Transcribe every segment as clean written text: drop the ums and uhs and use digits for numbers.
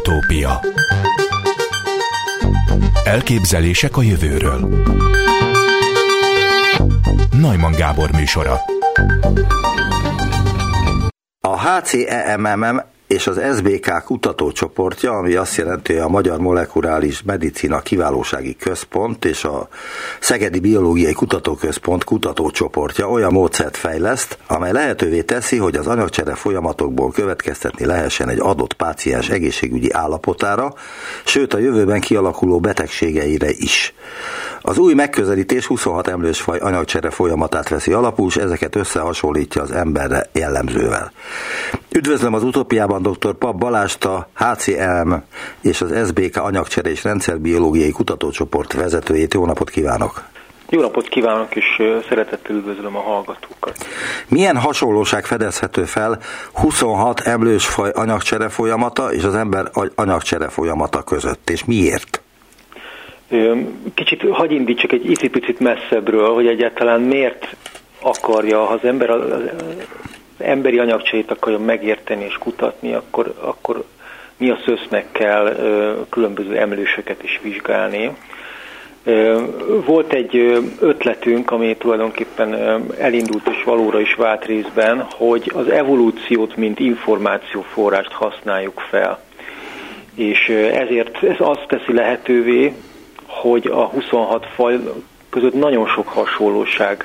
Utópia. Elképzelések a jövőről. Neumann Gábor műsora. A HCEMMM és az SBK kutatócsoportja, ami azt jelenti, hogy a Magyar Molekuláris Medicina Kiválósági Központ és a Szegedi Biológiai Kutatóközpont kutatócsoportja olyan módszert fejleszt, amely lehetővé teszi, hogy az anyagcsere folyamatokból következtetni lehessen egy adott páciens egészségügyi állapotára, sőt a jövőben kialakuló betegségeire is. Az új megközelítés 26 emlősfaj anyagcsere folyamatát veszi alapul, és ezeket összehasonlítja az emberre jellemzővel. Üdvözlöm az Utópiában dr. Papp Balást, a HCEMMM és az SBK anyagcsere és rendszerbiológiai kutatócsoport vezetőjét. Jó napot kívánok! Jó napot kívánok, és szeretettel üdvözlöm a hallgatókat! Milyen hasonlóság fedezhető fel 26 emlősfaj anyagcsere folyamata és az ember anyagcsere folyamata között, és miért? Kicsit hadd indítsak egy icipicit messzebbről, hogy egyáltalán miért akarja, ha az ember az emberi anyagcserét akarja megérteni és kutatni, akkor mi a szösznek kell különböző emlősöket is vizsgálni. Volt egy ötletünk, ami tulajdonképpen elindult és valóra is vált részben, hogy az evolúciót, mint információforrást használjuk fel. És ezért ez azt teszi lehetővé, hogy a 26 faj között nagyon sok hasonlóság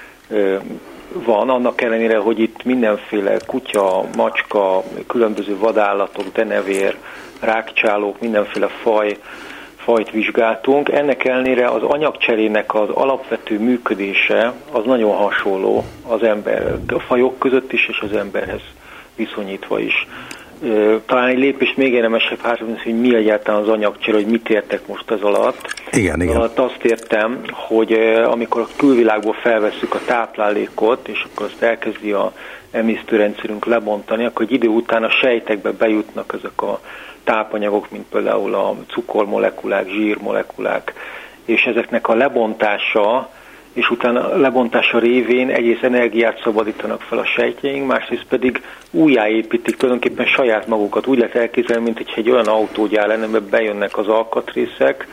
van, annak ellenére, hogy itt mindenféle kutya, macska, különböző vadállatok, denevér, rákcsálók, mindenféle fajt vizsgáltunk. Ennek ellenére az anyagcserének az alapvető működése az nagyon hasonló az ember, a fajok között is, és az emberhez viszonyítva is. Talán egy lépést még érdemesebb hátradni, hogy mi egyáltalán az anyagcsere, hogy mit értek most ez alatt. Igen. Alatt azt értem, hogy amikor a külvilágból felvesszük a táplálékot, és akkor azt elkezdi a emésztőrendszerünk lebontani, akkor egy idő után a sejtekbe bejutnak ezek a tápanyagok, mint például a cukormolekulák, zsírmolekulák, és ezeknek a lebontása, és utána a lebontása révén egyrészt energiát szabadítanak fel a sejtjeink, másrészt pedig újjáépítik tulajdonképpen saját magukat. Úgy lehet elképzelni, mint hogy egy olyan autógyár lenne, mert bejönnek az alkatrészek,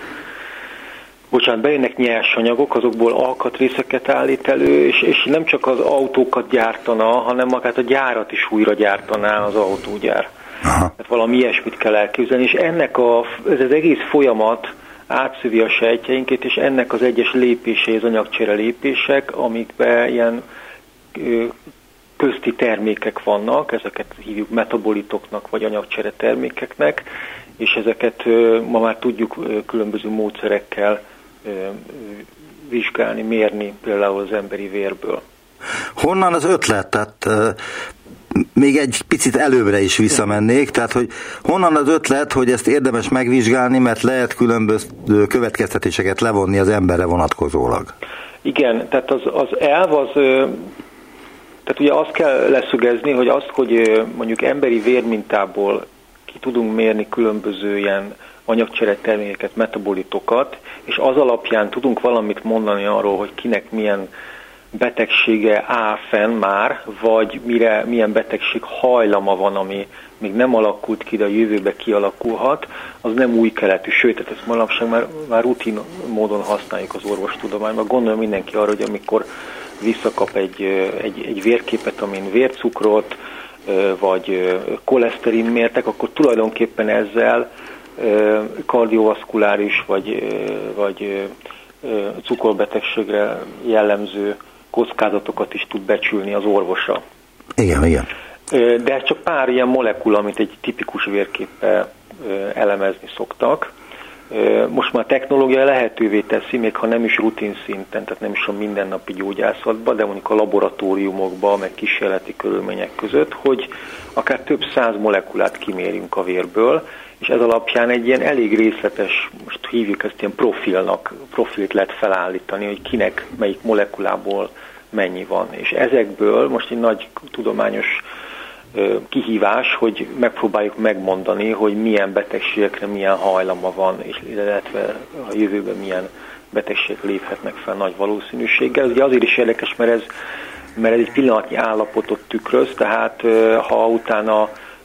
bejönnek nyersanyagok, azokból alkatrészeket állít elő, és nem csak az autókat gyártana, hanem magát a gyárat is újra gyártaná az autógyár. Tehát valami ilyesmit kell elképzelni, és ez az egész folyamat átszövi a sejtjeinket, és ennek az egyes lépései az anyagcsere lépések, amikben ilyen közti termékek vannak, ezeket hívjuk metabolitoknak, vagy anyagcsere termékeknek, és ezeket ma már tudjuk különböző módszerekkel vizsgálni, mérni, például az emberi vérből. Honnan az ötlet? Tehát még egy picit előbbre is visszamennék, tehát hogy honnan az ötlet, hogy ezt érdemes megvizsgálni, mert lehet különböző következtetéseket levonni az emberre vonatkozólag. Igen, tehát az elv az, tehát ugye azt kell leszögezni, hogy azt, hogy mondjuk emberi vérmintából ki tudunk mérni különböző ilyen anyagcsere termékeket, metabolitokat, és az alapján tudunk valamit mondani arról, hogy kinek milyen betegsége áll fenn már, vagy milyen betegség hajlama van, ami még nem alakult ki, de a jövőbe kialakulhat, az nem új keletű, sőt, tehát ezt manapság már rutin módon használjuk az orvostudományban. Gondolom mindenki arra, hogy amikor visszakap egy vérképet, amin vércukrot, vagy koleszterin mértek, akkor tulajdonképpen ezzel kardiovaszkuláris, vagy cukorbetegségre jellemző kockázatokat is tud becsülni az orvosa. Igen. De ez csak pár ilyen molekula, amit egy tipikus vérképpel elemezni szoktak. Most már a technológia lehetővé teszi, még ha nem is rutin szinten, tehát nem is a mindennapi gyógyászatban, de mondjuk a laboratóriumokban, meg kísérleti körülmények között, hogy akár több 100 molekulát kimérjünk a vérből, és ez alapján egy ilyen elég részletes, most hívjuk ezt ilyen profilt lehet felállítani, hogy kinek melyik molekulából mennyi van. És ezekből most egy nagy tudományos kihívás, hogy megpróbáljuk megmondani, hogy milyen betegségekre milyen hajlama van, és illetve a jövőben milyen betegségek léphetnek fel nagy valószínűséggel. Ez ugye azért is érdekes, mert ez egy pillanatnyi állapotot tükröz, tehát ha utána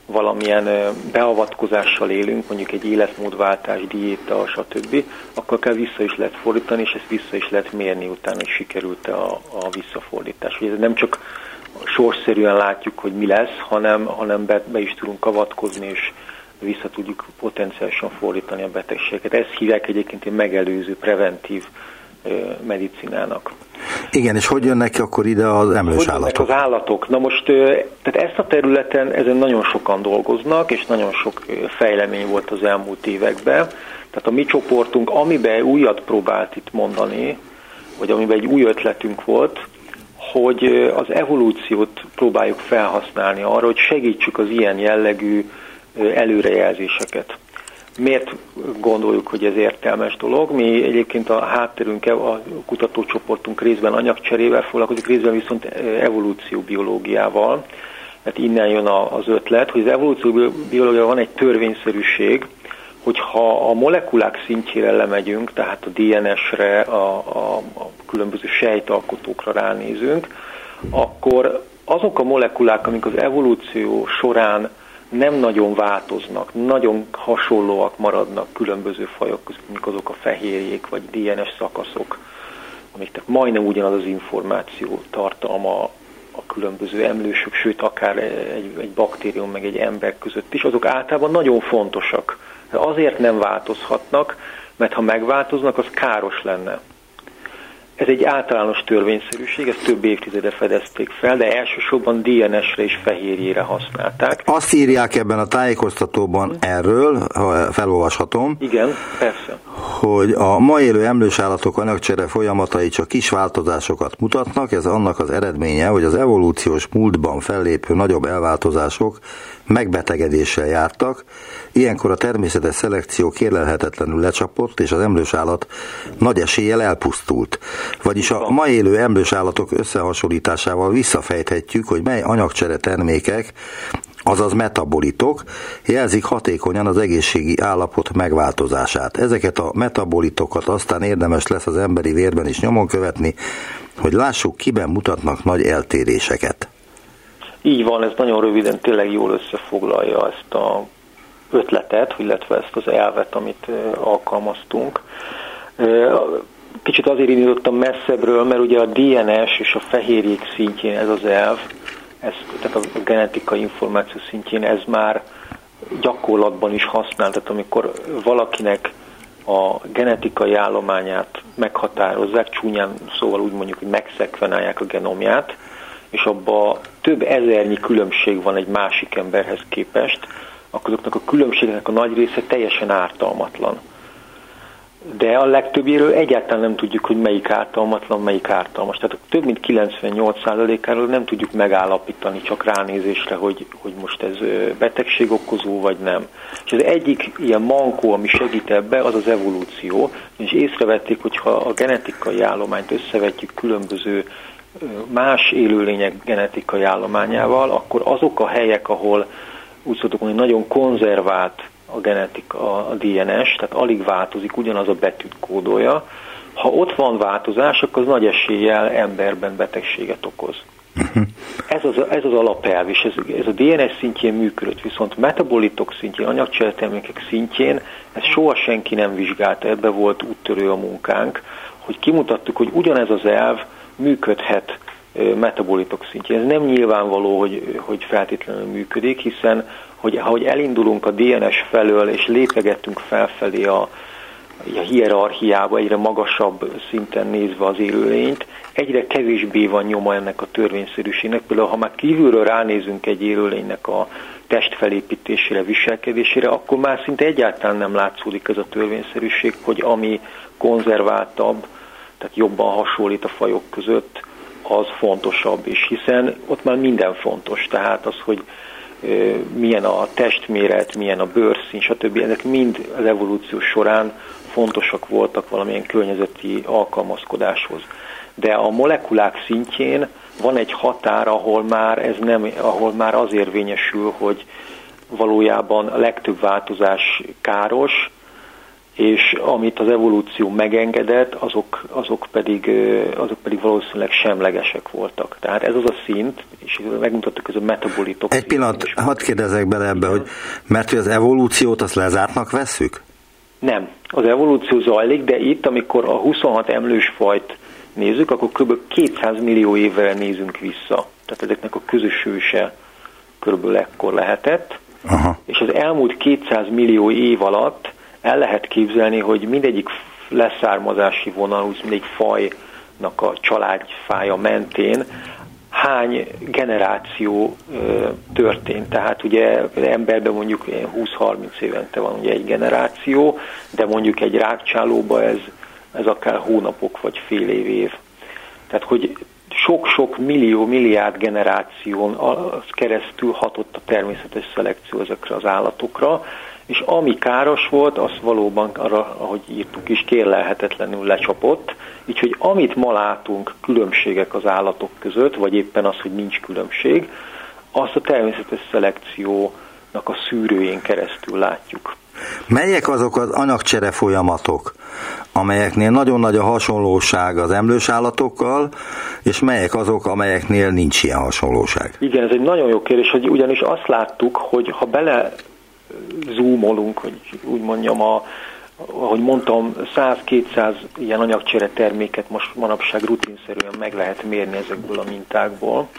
valamilyen beavatkozással élünk, mondjuk egy életmódváltás, diéta, stb., akkor kell vissza is lehet fordítani, és ezt vissza is lehet mérni utána, hogy sikerült-e a visszafordítás. Ez nem csak sorszerűen látjuk, hogy mi lesz, hanem be is tudunk avatkozni, és vissza tudjuk potenciálisan fordítani a betegséget. Ezt hívják egyébként egy megelőző, preventív medicinának. Igen, és hogy jönnek ki akkor ide az emlős állatok? Az állatok. Na most, tehát ezt a területen ezen nagyon sokan dolgoznak, és nagyon sok fejlemény volt az elmúlt években. Tehát a mi csoportunk, amiben újat próbált itt mondani, vagy amiben egy új ötletünk volt, hogy az evolúciót próbáljuk felhasználni arra, hogy segítsük az ilyen jellegű előrejelzéseket. Miért gondoljuk, hogy ez értelmes dolog? Mi egyébként a hátterünk, a kutatócsoportunk részben anyagcserével foglalkozik, részben viszont evolúcióbiológiával. Hát innen jön az ötlet, hogy az evolúcióbiológiában van egy törvényszerűség, hogyha a molekulák szintjére lemegyünk, tehát a DNS-re, a különböző sejtalkotókra ránézünk, akkor azok a molekulák, amik az evolúció során nem nagyon változnak, nagyon hasonlóak maradnak különböző fajok között, mint azok a fehérjék vagy DNS szakaszok, amiknek majdnem ugyanaz az információ tartalma a különböző emlősök, sőt akár egy baktérium meg egy ember között is, azok általában nagyon fontosak. De azért nem változhatnak, mert ha megváltoznak, az káros lenne. Ez egy általános törvényszerűség, ezt több évtizede fedezték fel, de elsősorban DNS-re és fehérjére használták. Azt írják ebben a tájékoztatóban erről, ha felolvashatom. Igen, persze. Hogy a ma élő emlős állatok anyagcsere folyamatai csak kis változásokat mutatnak, ez annak az eredménye, hogy az evolúciós múltban fellépő nagyobb elváltozások megbetegedéssel jártak, ilyenkor a természetes szelekció kérlelhetetlenül lecsapott, és az emlős állat nagy eséllyel elpusztult. Vagyis a ma élő emlős állatok összehasonlításával visszafejthetjük, hogy mely anyagcsere termékek, azaz metabolitok, jelzik hatékonyan az egészségi állapot megváltozását. Ezeket a metabolitokat aztán érdemes lesz az emberi vérben is nyomon követni, hogy lássuk, kiben mutatnak nagy eltéréseket. Így van, ez nagyon röviden tényleg jól összefoglalja ezt az ötletet, illetve ezt az elvet, amit alkalmaztunk. Kicsit azért indítottam messzebbről, mert ugye a DNS és a fehérjék szintjén ez az elv, tehát a genetikai információ szintjén ez már gyakorlatban is használ, tehát amikor valakinek a genetikai állományát meghatározzák, csúnyán szóval úgy mondjuk, hogy megszekvenálják a genomját, és abban több ezernyi különbség van egy másik emberhez képest, akkor azoknak a különbségeknek a nagy része teljesen ártalmatlan. De a legtöbbéről egyáltalán nem tudjuk, hogy melyik ártalmatlan, melyik ártalmas. Tehát több mint 98%-áról nem tudjuk megállapítani csak ránézésre, hogy most ez betegség okozó, vagy nem. És az egyik ilyen mankó, ami segít ebbe, az az evolúció. És észrevették, hogy ha a genetikai állományt összevetjük különböző más élőlények genetikai állományával, akkor azok a helyek, ahol úgy szoktuk mondani, nagyon konzervált a genetika, a DNS, tehát alig változik, ugyanaz a betűt kódolja. Ha ott van változás, akkor az nagy eséllyel emberben betegséget okoz. Ez az alapelv, és ez a DNS szintjén működött, viszont metabolitok szintjén, anyagcseretermékek szintjén ez soha senki nem vizsgálta, ebbe volt úttörő a munkánk, hogy kimutattuk, hogy ugyanez az elv működhet metabolitok szintjén. Ez nem nyilvánvaló, hogy feltétlenül működik, hiszen ahogy elindulunk a DNS felől, és lépegettünk felfelé a hierarchiába, egyre magasabb szinten nézve az élőlényt, egyre kevésbé van nyoma ennek a törvényszerűségnek. Például, ha már kívülről ránézünk egy élőlénynek a testfelépítésére, viselkedésére, akkor már szinte egyáltalán nem látszódik ez a törvényszerűség, hogy ami konzerváltabb, tehát jobban hasonlít a fajok között, az fontosabb is, hiszen ott már minden fontos, tehát az, hogy milyen a testméret, milyen a bőrszín, stb. Ezek mind az evolúció során fontosak voltak valamilyen környezeti alkalmazkodáshoz. De a molekulák szintjén van egy határ, ahol már az érvényesül, hogy valójában a legtöbb változás káros, és amit az evolúció megengedett, azok pedig valószínűleg semlegesek voltak. Tehát ez az a szint, és megmutattuk, hogy a metabolitok... Egy pillanat, hadd kérdezek bele ebbe, hogy mert az evolúciót azt lezártnak vesszük? Nem. Az evolúció zajlik, de itt, amikor a 26 emlős fajt nézzük, akkor kb. 200 millió évvel nézünk vissza. Tehát ezeknek a közös őse kb. Ekkor lehetett. Aha. És az elmúlt 200 millió év alatt el lehet képzelni, hogy mindegyik leszármazási vonal, mindegyik fajnak a családfája mentén hány generáció történt. Tehát ugye az emberben mondjuk 20-30 évente van ugye egy generáció, de mondjuk egy rákcsálóban ez akár hónapok vagy fél év. Tehát, hogy sok-sok milliárd generáción keresztül hatott a természetes szelekció ezekre az állatokra, és ami káros volt, az valóban arra, ahogy írtuk is, kérlelhetetlenül lecsapott, így hogy amit ma látunk különbségek az állatok között, vagy éppen az, hogy nincs különbség, azt a természetes szelekciónak a szűrőjén keresztül látjuk. Melyek azok az anyagcsere folyamatok, amelyeknél nagyon nagy a hasonlóság az emlős állatokkal, és melyek azok, amelyeknél nincs ilyen hasonlóság? Igen, ez egy nagyon jó kérdés, hogy ugyanis azt láttuk, hogy ha bele zoomolunk, hogy úgy mondjam, ahogy mondtam, 100-200 ilyen anyagcsere terméket most manapság rutinszerűen meg lehet mérni ezekből a mintákból.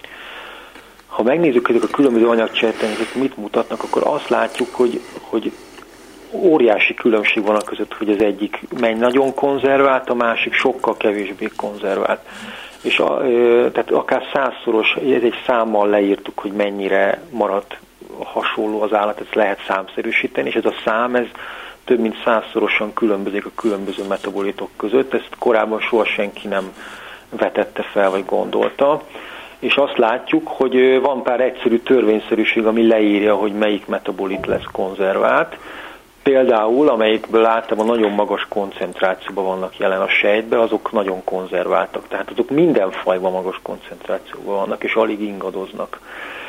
Ha megnézzük ezek a különböző anyagcsere termékek mit mutatnak, akkor azt látjuk, hogy óriási különbség van a között, hogy az egyik nagyon konzervált, a másik sokkal kevésbé konzervált. És tehát akár 100-szoros, ez egy számmal leírtuk, hogy mennyire maradt hasonló az állat, ezt lehet számszerűsíteni, és ez a szám, ez több mint 100-szorosan különbözik a különböző metabolitok között, ezt korábban soha senki nem vetette fel, vagy gondolta. És azt látjuk, hogy van pár egyszerű törvényszerűség, ami leírja, hogy melyik metabolit lesz konzervált. Például, amelyikből általában nagyon magas koncentrációban vannak jelen a sejtbe, azok nagyon konzerváltak. Tehát azok minden fajban magas koncentrációban vannak, és alig ingadoznak.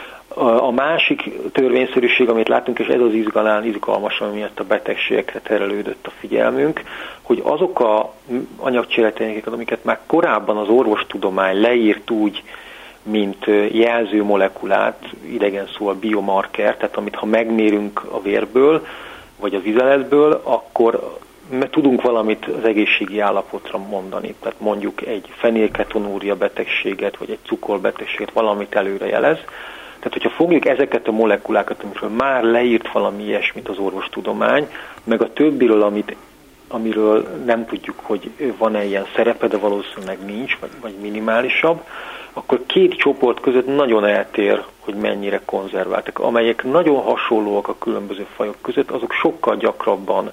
A másik törvényszerűség, amit látunk, és ez az izgalmas, ami miatt a betegségekre terelődött a figyelmünk, hogy azok a anyagcseretermékek, amiket már korábban az orvostudomány leírt úgy, mint jelző molekulát, idegen szó a biomarker, tehát amit ha megmérünk a vérből, vagy a vizeletből, akkor tudunk valamit az egészségi állapotra mondani. Tehát mondjuk egy fenilketonúria betegséget, vagy egy cukorbetegséget valamit előrejelez. Tehát, hogyha fogjuk ezeket a molekulákat, amiről már leírt valami ilyesmit az orvostudomány, meg a többiről, amiről nem tudjuk, hogy van-e ilyen szerepe, de valószínűleg nincs, vagy minimálisabb, akkor két csoport között nagyon eltér, hogy mennyire konzerváltak. Amelyek nagyon hasonlóak a különböző fajok között, azok sokkal gyakrabban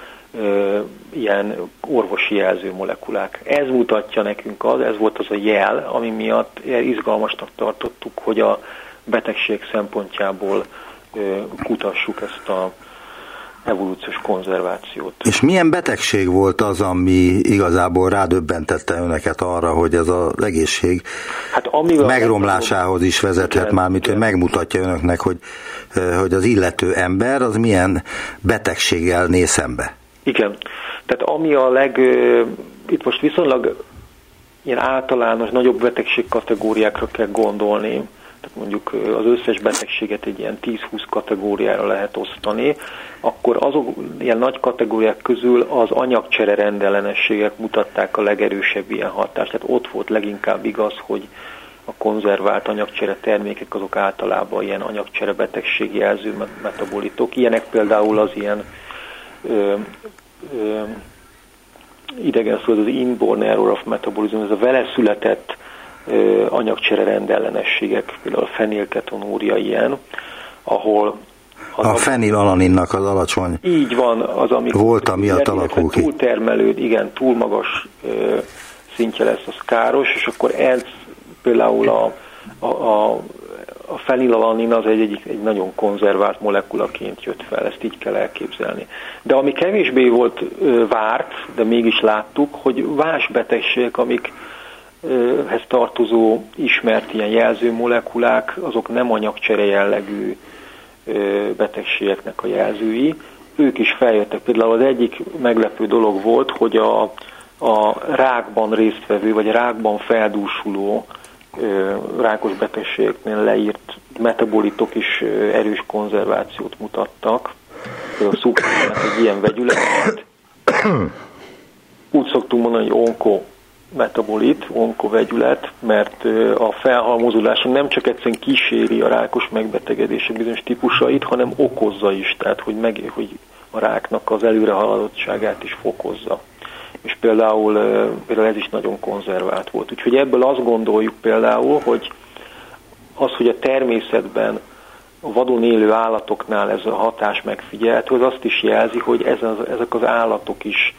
ilyen orvosi jelző molekulák. Ez mutatja nekünk ez volt az a jel, ami miatt izgalmasnak tartottuk, hogy a betegség szempontjából kutassuk ezt a evolúciós konzervációt. És milyen betegség volt az, ami igazából rádöbbentette önöket arra, hogy ez az egészség megromlásához is vezethet, mármint hogy megmutatja önöknek, hogy az illető ember az milyen betegséggel néz szembe? Igen. Tehát ami itt most viszonylag ilyen általános, nagyobb betegség kategóriákra kell gondolni, tehát mondjuk az összes betegséget egy ilyen 10-20 kategóriára lehet osztani, akkor azok ilyen nagy kategóriák közül az anyagcsere rendellenességek mutatták a legerősebb ilyen hatást. Tehát ott volt leginkább igaz, hogy a konzervált anyagcsere termékek azok általában ilyen anyagcsere betegség jelző metabolitok. Ilyenek például az ilyen idegen szó, az inborn error of metabolism, ez a vele született anyagcsere rendellenességek, például a fenilketonúria ilyen, ahol a fenilalaninnak az alacsony így van, az, amikor volt, miatt alakul ki. Túltermelőd, igen, túl magas szintje lesz, az káros, és akkor ez például a fenilalanin az egy nagyon konzervált molekulaként jött fel, ezt így kell elképzelni. De ami kevésbé volt várt, de mégis láttuk, hogy más betegségek, amikhez tartozó ismert ilyen jelző molekulák, azok nem anyagcsere jellegű betegségeknek a jelzői, ők is feljöttek. Például az egyik meglepő dolog volt, hogy a rákban résztvevő, vagy rákban feldúsuló rákos betegségeknél leírt metabolitok is erős konzervációt mutattak. Például a szukrának egy ilyen vegyületet. Úgy szoktunk mondani, hogy onkometabolit, onkovegyület, mert a felhalmozódása nem csak egyszerűen kíséri a rákos megbetegedések bizonyos típusait, hanem okozza is, tehát hogy a ráknak az előrehaladottságát is fokozza. És például ez is nagyon konzervált volt. Úgyhogy ebből azt gondoljuk például, hogy hogy a természetben a vadon élő állatoknál ez a hatás megfigyelhető, az azt is jelzi, hogy ezek az állatok is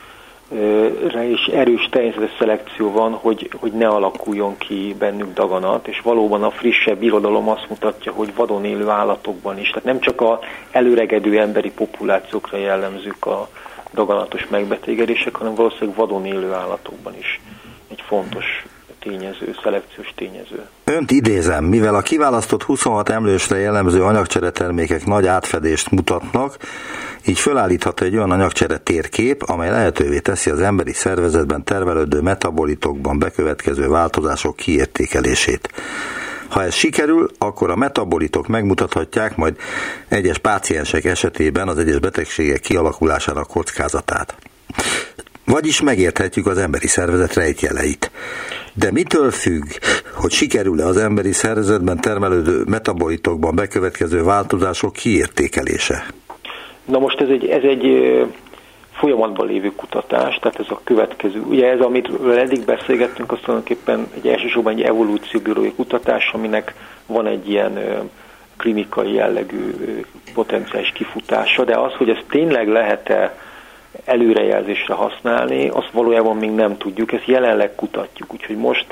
erős természetes szelekció van, hogy ne alakuljon ki bennük daganat, és valóban a frissebb irodalom azt mutatja, hogy vadon élő állatokban is, tehát nem csak az előregedő emberi populációkra jellemzők a daganatos megbetegedések, hanem valószínűleg vadon élő állatokban is egy fontos tényező, szelekciós tényező. Önt idézem, mivel a kiválasztott 26 emlősre jellemző anyagcseretermékek nagy átfedést mutatnak, így fölállítható egy olyan anyagcsere térkép, amely lehetővé teszi az emberi szervezetben termelődő metabolitokban bekövetkező változások kiértékelését. Ha ez sikerül, akkor a metabolitok megmutathatják majd egyes páciensek esetében az egyes betegségek kialakulásának kockázatát. Vagyis megérthetjük az emberi szervezet rejtjeleit. De mitől függ, hogy sikerül-e az emberi szervezetben termelődő metabolitokban bekövetkező változások kiértékelése? Na most ez egy folyamatban lévő kutatás, tehát ez a következő. Ugye ez, amiről eddig beszélgettünk, az tulajdonképpen elsősorban egy evolúcióbiológiai kutatás, aminek van egy ilyen klinikai jellegű potenciális kifutása, de az, hogy ezt tényleg lehet-e előrejelzésre használni, azt valójában még nem tudjuk, ezt jelenleg kutatjuk, úgyhogy most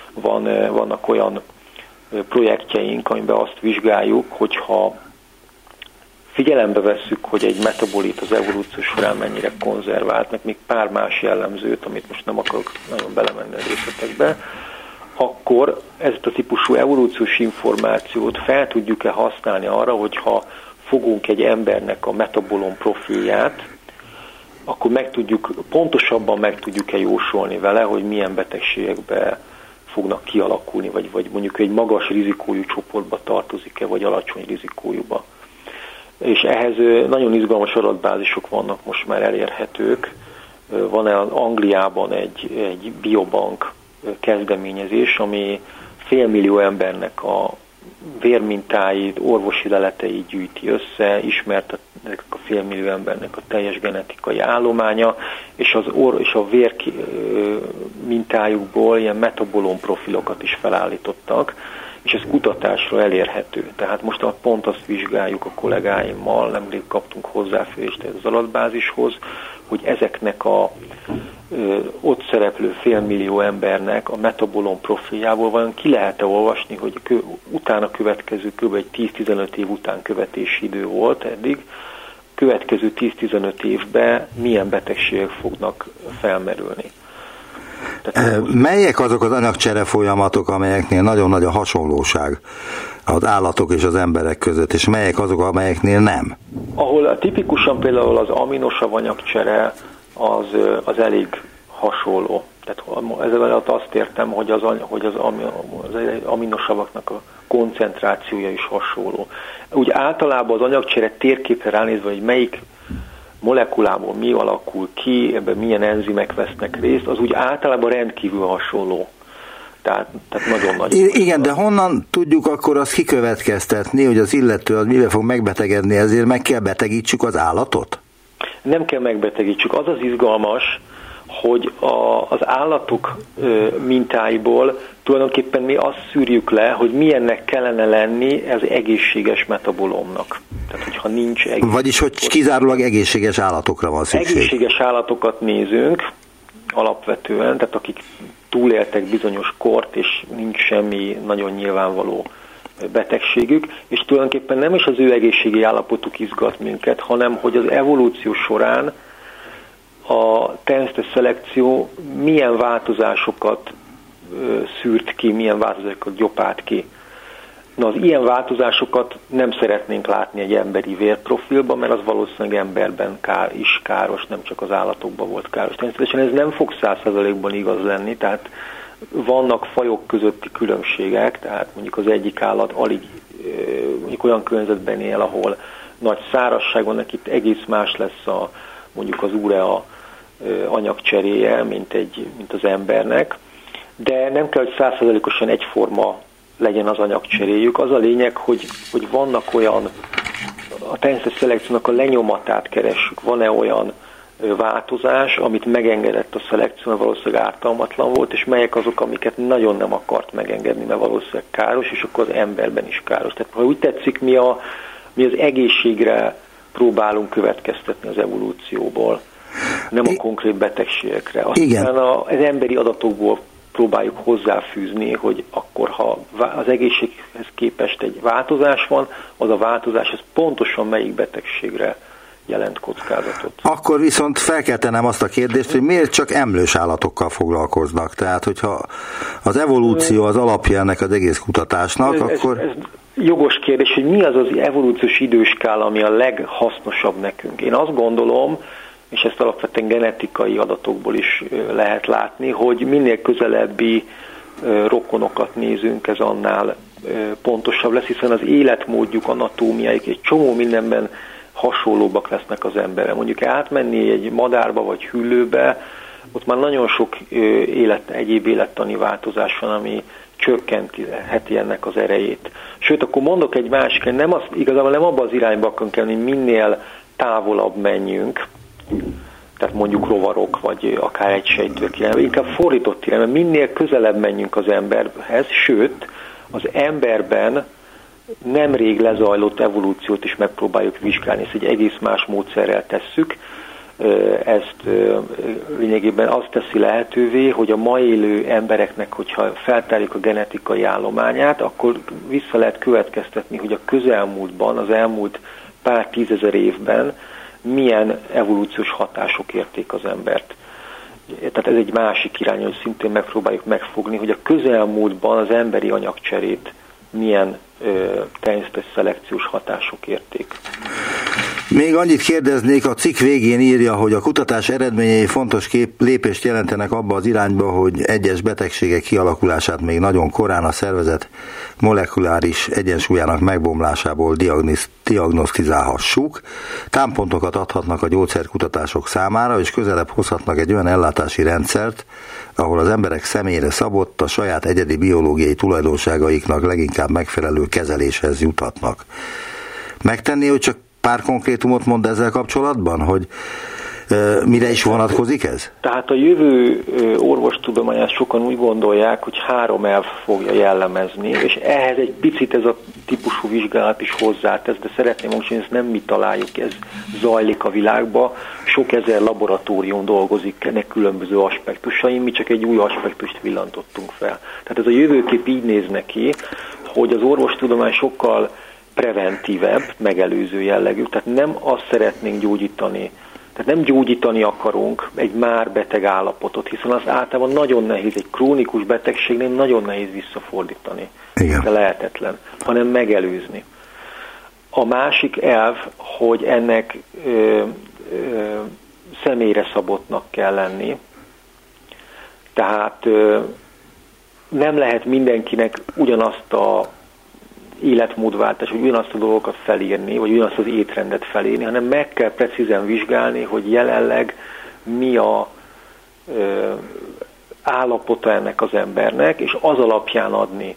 vannak olyan projektjeink, amiben azt vizsgáljuk, hogyha figyelembe vesszük, hogy egy metabolit az evolúció során mennyire konzervált, meg még pár más jellemzőt, amit most nem akarok nagyon belemenni a részletekbe, akkor ezt a típusú evolúciós információt fel tudjuk-e használni arra, hogyha fogunk egy embernek a metabolom profilját, akkor pontosabban meg tudjuk-e jósolni vele, hogy milyen betegségekbe fognak kialakulni, vagy mondjuk egy magas rizikójú csoportba tartozik-e, vagy alacsony rizikójúba. És ehhez nagyon izgalmas adatbázisok vannak most már elérhetők. Van Angliában egy biobank kezdeményezés, ami 500 000 embernek a vérmintáit, orvosi leleteit gyűjti össze, ismertetik a 500 000 embernek a teljes genetikai állománya, és a vér mintájukból ilyen metabolom profilokat is felállítottak, és ez kutatásra elérhető. Tehát most pont azt vizsgáljuk a kollégáimmal, nemrég kaptunk hozzáférést az adatbázishoz, hogy ezeknek ott szereplő 500 000 embernek a metabolom profiljából vajon ki lehet-e olvasni, hogy utána következő kb. 10-15 év után követési idő volt eddig, következő 10-15 évben milyen betegségek fognak felmerülni. Melyek azok az anyagcsere folyamatok, amelyeknél nagyon nagy a hasonlóság az állatok és az emberek között, és melyek azok, amelyeknél nem? Ahol tipikusan például az aminosav anyagcsere az elég hasonló. Tehát ezzel alatt azt értem, hogy az aminosavaknak a koncentrációja is hasonló. Úgy általában az anyagcsere térképre ránézve, hogy melyik molekulából mi alakul ki, ebben milyen enzimek vesznek részt, az úgy általában rendkívül hasonló. Tehát nagyon nagy. Igen, de honnan tudjuk akkor azt kikövetkeztetni, hogy az illető az mivel fog megbetegedni, ezért meg kell betegítsük az állatot? Nem kell megbetegítsük. Az az izgalmas, hogy az állatok mintáiból tulajdonképpen mi azt szűrjük le, hogy milyennek kellene lenni ez egészséges metabolomnak. Tehát, hogyha nincs vagyis, hogy kizárólag egészséges állatokra van szükség. Egészséges állatokat nézünk alapvetően, tehát akik túléltek bizonyos kort, és nincs semmi nagyon nyilvánvaló betegségük, és tulajdonképpen nem is az ő egészségi állapotuk izgat minket, hanem hogy az evolúció során a természetes szelekció milyen változásokat szűrt ki, milyen változásokat gyopált ki. Na, az ilyen változásokat nem szeretnénk látni egy emberi vérprofilban, mert az valószínűleg emberben is káros, nem csak az állatokban volt káros. Természetesen ez nem fog 100%-ban igaz lenni, tehát vannak fajok közötti különbségek, tehát mondjuk az egyik állat mondjuk olyan környezetben él, ahol nagy szárazság van, itt egész más lesz mondjuk az urea anyagcseréje, mint az embernek, de nem kell, hogy 100%-osan egyforma legyen az anyagcseréjük. Az a lényeg, hogy vannak olyan, a természetes szelekciónak a lenyomatát keressük, van-e olyan változás, amit megengedett a szelekció, mert valószínűleg ártalmatlan volt, és melyek azok, amiket nagyon nem akart megengedni, mert valószínűleg káros, és akkor az emberben is káros. Tehát ha úgy tetszik, mi az egészségre próbálunk következtetni az evolúcióból, nem a konkrét betegségekre. Aztán az emberi adatokból próbáljuk hozzáfűzni, hogy akkor, ha az egészséghez képest egy változás van, az a változás ez pontosan melyik betegségre jelent kockázatot. Akkor viszont fel kell tennem azt a kérdést, hogy miért csak emlős állatokkal foglalkoznak. Tehát, hogyha az evolúció az alapja ennek az egész kutatásnak, akkor... Ez jogos kérdés, hogy mi az az evolúciós időskála, ami a leghasznosabb nekünk. Én azt gondolom, és ezt alapvetően genetikai adatokból is lehet látni, hogy minél közelebbi rokonokat nézünk, ez annál pontosabb lesz, hiszen az életmódjuk, anatómiáik egy csomó mindenben hasonlóbbak lesznek az emberre. Mondjuk átmenni egy madárba vagy hüllőbe, ott már nagyon sok egyéb élettani változás van, ami csökkentheti ennek az erejét. Sőt, akkor mondok egy másik, igazából nem abban az irányba akarunk kelni, minél távolabb menjünk, tehát mondjuk rovarok, vagy akár egy sejtők irányba, inkább fordított irányba, minél közelebb menjünk az emberhez, sőt, az emberben nemrég lezajlott evolúciót is megpróbáljuk vizsgálni, ezt egy egész más módszerrel tesszük. Ezt lényegében azt teszi lehetővé, hogy a ma élő embereknek, hogyha feltárjuk a genetikai állományát, akkor vissza lehet következtetni, hogy a közelmúltban, az elmúlt pár tízezer évben milyen evolúciós hatások érték az embert. Tehát ez egy másik irány, hogy szintén megpróbáljuk megfogni, hogy a közelmúltban az emberi anyagcserét milyen természetes szelekciós hatások érték. Még annyit kérdeznék, a cikk végén írja, hogy a kutatás eredményei fontos lépést jelentenek abba az irányba, hogy egyes betegségek kialakulását még nagyon korán a szervezet molekuláris egyensúlyának megbomlásából diagnosztizálhassuk, támpontokat adhatnak a gyógyszerkutatások számára, és közelebb hozhatnak egy olyan ellátási rendszert, ahol az emberek személyre szabott, a saját egyedi biológiai tulajdonságaiknak leginkább megfelelő kezeléshez juthatnak. Megtenni, hogy csak pár konkrétumot mond ezzel kapcsolatban, hogy mire is vonatkozik ez? Tehát a jövő orvostudományát sokan úgy gondolják, hogy 3 elv fogja jellemezni, és ehhez egy picit ez a típusú vizsgálat is hozzátesz, de szeretném mondani, hogy ezt nem mi találjuk, ez zajlik a világban, sok ezer laboratórium dolgozik ennek különböző aspektusain, mi csak egy új aspektust villantottunk fel. Tehát ez a jövőkép így néz neki, hogy az orvostudomány sokkal preventívebb, megelőző jellegű, tehát nem azt szeretnénk gyógyítani, tehát nem gyógyítani akarunk egy már beteg állapotot, hiszen az általában nagyon nehéz, egy krónikus betegségnél nagyon nehéz visszafordítani. Igen. De lehetetlen, hanem megelőzni. A másik elv, hogy ennek személyre szabottnak kell lenni, tehát nem lehet mindenkinek ugyanazt a életmódváltás, vagy ugyanazt a dolgokat felírni, vagy ugyanazt az étrendet felírni, hanem meg kell precízen vizsgálni, hogy jelenleg mi a állapota ennek az embernek, és az alapján adni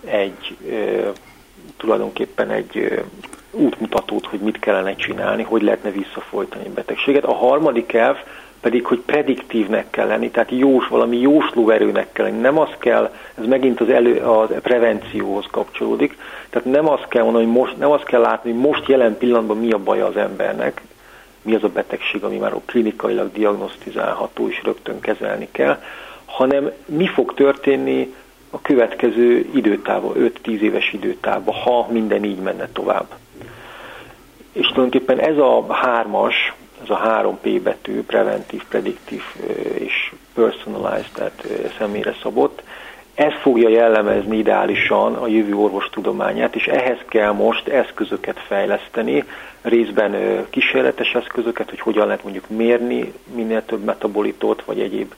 tulajdonképpen egy útmutatót, hogy mit kellene csinálni, hogy lehetne visszafolytani a betegséget. A harmadik elv pedig, hogy prediktívnek kell lenni, tehát valami jóslóerőnek kell lenni. Nem az kell, ez megint a prevencióhoz kapcsolódik, tehát nem azt kell mondani, nem azt kell látni, hogy most jelen pillanatban mi a baja az embernek, mi az a betegség, ami már klinikailag diagnosztizálható és rögtön kezelni kell, hanem mi fog történni a következő időtávban, 5-10 éves időtávban, ha minden így menne tovább. És tulajdonképpen ez a 3-as, ez a 3P betű, preventív, prediktív és personalized, tehát személyre szabott, Ez fogja jellemezni ideálisan a jövő orvostudományát, és ehhez kell most eszközöket fejleszteni, részben kísérletes eszközöket, hogy hogyan lehet mondjuk mérni minél több metabolitot, vagy egyéb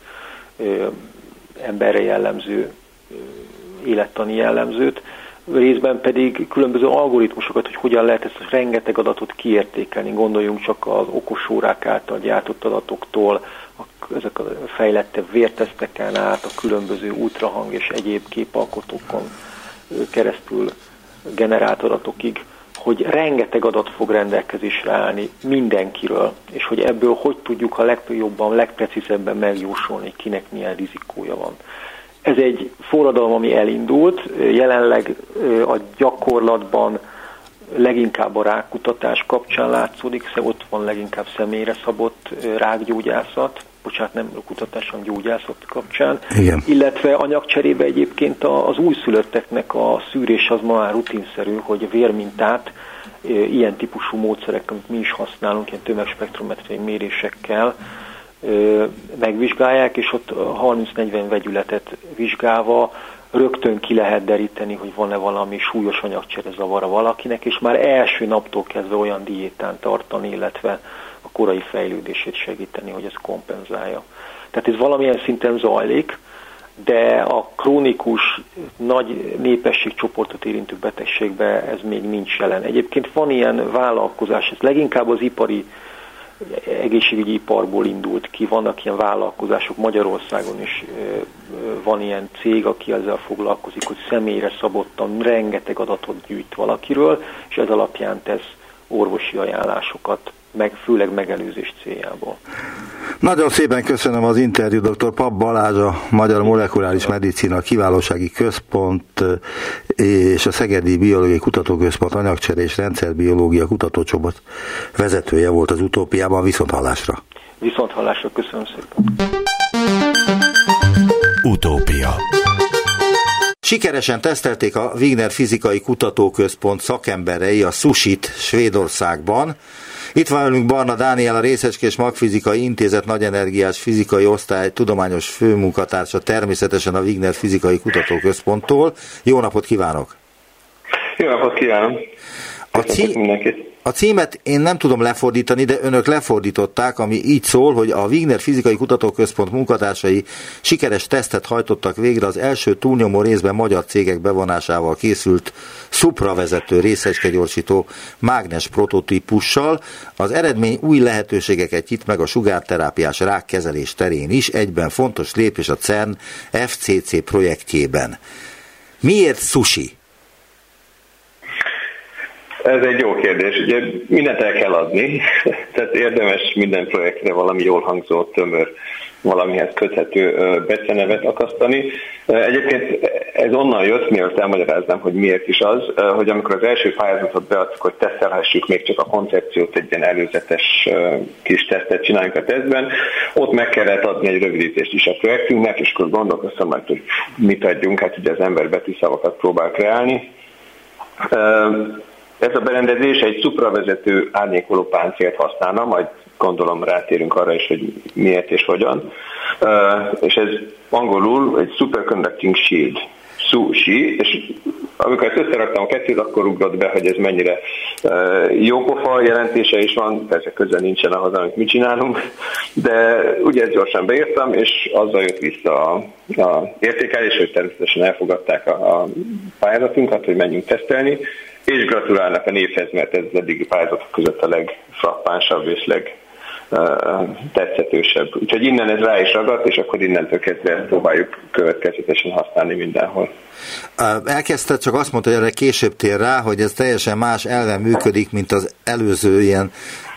emberre jellemző élettani jellemzőt, részben pedig különböző algoritmusokat, hogy hogyan lehet ezt a rengeteg adatot kiértékelni. Gondoljunk csak az okosórák által gyártott adatoktól, ezek a fejlettebb vérteszteken át, a különböző ultrahang és egyéb képalkotókon keresztül generált adatokig, hogy rengeteg adat fog rendelkezésre állni mindenkiről, és hogy ebből hogy tudjuk a legjobban, legprecízebben megjósolni, kinek milyen rizikója van. Ez egy forradalom, ami elindult, jelenleg a gyakorlatban leginkább a rákkutatás kapcsán látszódik, hiszen ott van leginkább személyre szabott rákgyógyászat, nem kutatás, hanem gyógyászat kapcsán. Igen. Illetve anyagcserébe egyébként az újszülötteknek a szűrés az ma már rutinszerű, hogy a vérmintát ilyen típusú módszerek, amit mi is használunk, ilyen tömegspektrometriai mérésekkel megvizsgálják, és ott 30-40 vegyületet vizsgálva rögtön ki lehet deríteni, hogy van-e valami súlyos anyagcsere zavara valakinek, és már első naptól kezdve olyan diétán tartani, illetve a korai fejlődését segíteni, hogy ez kompenzálja. Tehát ez valamilyen szinten zajlik, de a krónikus, nagy népességcsoportot érintő betegségben ez még nincs jelen. Egyébként van ilyen vállalkozás, ez leginkább az egészségügyi iparból indult ki, vannak ilyen vállalkozások, Magyarországon is van ilyen cég, aki ezzel foglalkozik, hogy személyre szabottan rengeteg adatot gyűjt valakiről, és ez alapján tesz orvosi ajánlásokat, főleg megelőzés céljából. Nagyon szépen köszönöm az interjút, dr. Papp Balázs, a Magyar Molekuláris Medicina Kiválósági Központ és a Szegedi Biológiai Kutatóközpont anyagcsere és rendszerbiológia kutatócsoport vezetője volt az Utópiában. Viszonthallásra! Viszonthallásra, köszönöm szépen! Utópia. Sikeresen tesztelték a Wigner Fizikai Kutatóközpont szakemberei a SUSIT Svédországban. Itt van velünk Barna Dániel, a Részecskés Magfizikai Intézet nagyenergiás fizikai osztály tudományos főmunkatársa, természetesen a Wigner Fizikai Kutatóközponttól. Jó napot kívánok! Jó napot kívánok! A címet én nem tudom lefordítani, de önök lefordították, ami így szól, hogy a Wigner Fizikai Kutatóközpont munkatársai sikeres tesztet hajtottak végre az első túlnyomó részben magyar cégek bevonásával készült szupravezető részecskegyorsító mágnes prototípussal. Az eredmény új lehetőségeket nyit meg a sugárterápiás rákkezelés terén is, egyben fontos lépés a CERN FCC projektjében. Miért sushi? Ez egy jó kérdés. Ugye mindent el kell adni, tehát érdemes minden projektre valami jól hangzó, tömör, valamihez köthető becenevet akasztani. Egyébként ez onnan jött, mielőtt elmagyaráznám, hogy miért is az, hogy amikor az első pályázatot beadtuk, hogy tesztelhessük még csak a koncepciót, egy ilyen előzetes kis tesztet csináljunk a tesztben, ott meg kellett adni egy rövidítést is a projektünknek, és akkor gondolkoztam majd, hogy mit adjunk, hát ugye az ember betűszavakat próbál kreálni. Ez a berendezés egy szupravezető árnyékoló páncélt használna, majd gondolom rátérünk arra is, hogy miért és hogyan. És ez angolul egy superconducting shield, SUSI, és amikor ezt összeraktam a kettőt, akkor ugrott be, hogy ez mennyire jópofa jelentése is van, persze közel nincsen ahhoz, amit mi csinálunk, de ugye ezt gyorsan beírtam, és azzal jött vissza a értékelés, hogy természetesen elfogadták a pályázatunkat, hogy menjünk tesztelni, és gratulálnak a névhez, mert ez az eddigi pályázatok között a legfrappánsabb és legtetszetősebb. Úgyhogy innen ez rá is ragadt, és akkor innentől kezdve próbáljuk következetesen használni mindenhol. Elkezdte, csak azt mondta, hogy erre később tér rá, hogy ez teljesen más elven működik, mint az előző ilyen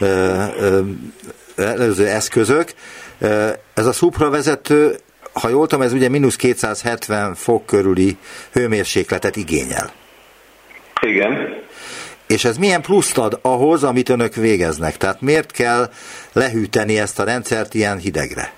előző eszközök. Ez a szupravezető, ha jól tudom, ez ugye -270 fok körüli hőmérsékletet igényel. Igen. És ez milyen pluszt ad ahhoz, amit önök végeznek? Tehát miért kell lehűteni ezt a rendszert ilyen hidegre?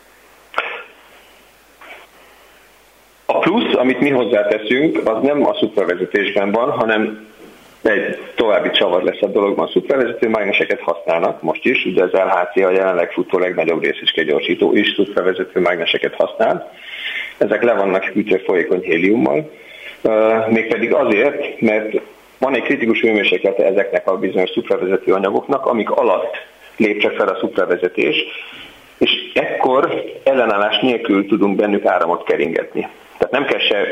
A plusz, amit mi hozzáteszünk, az nem a szupravezetésben van, hanem egy további csavar lesz a dologban. A szupravezető mágneseket használnak most is, ugye az LHC a jelenleg futó legnagyobb részecskegyorsító is szupravezető mágneseket használ, ezek le vannak hűtve folyékony héliummal, mégpedig azért, mert van egy kritikus hőmérséklete ezeknek a bizonyos szupravezető anyagoknak, amik alatt lép csak fel a szupravezetés, és ekkor ellenállás nélkül tudunk bennük áramot keringetni. Tehát nem kell se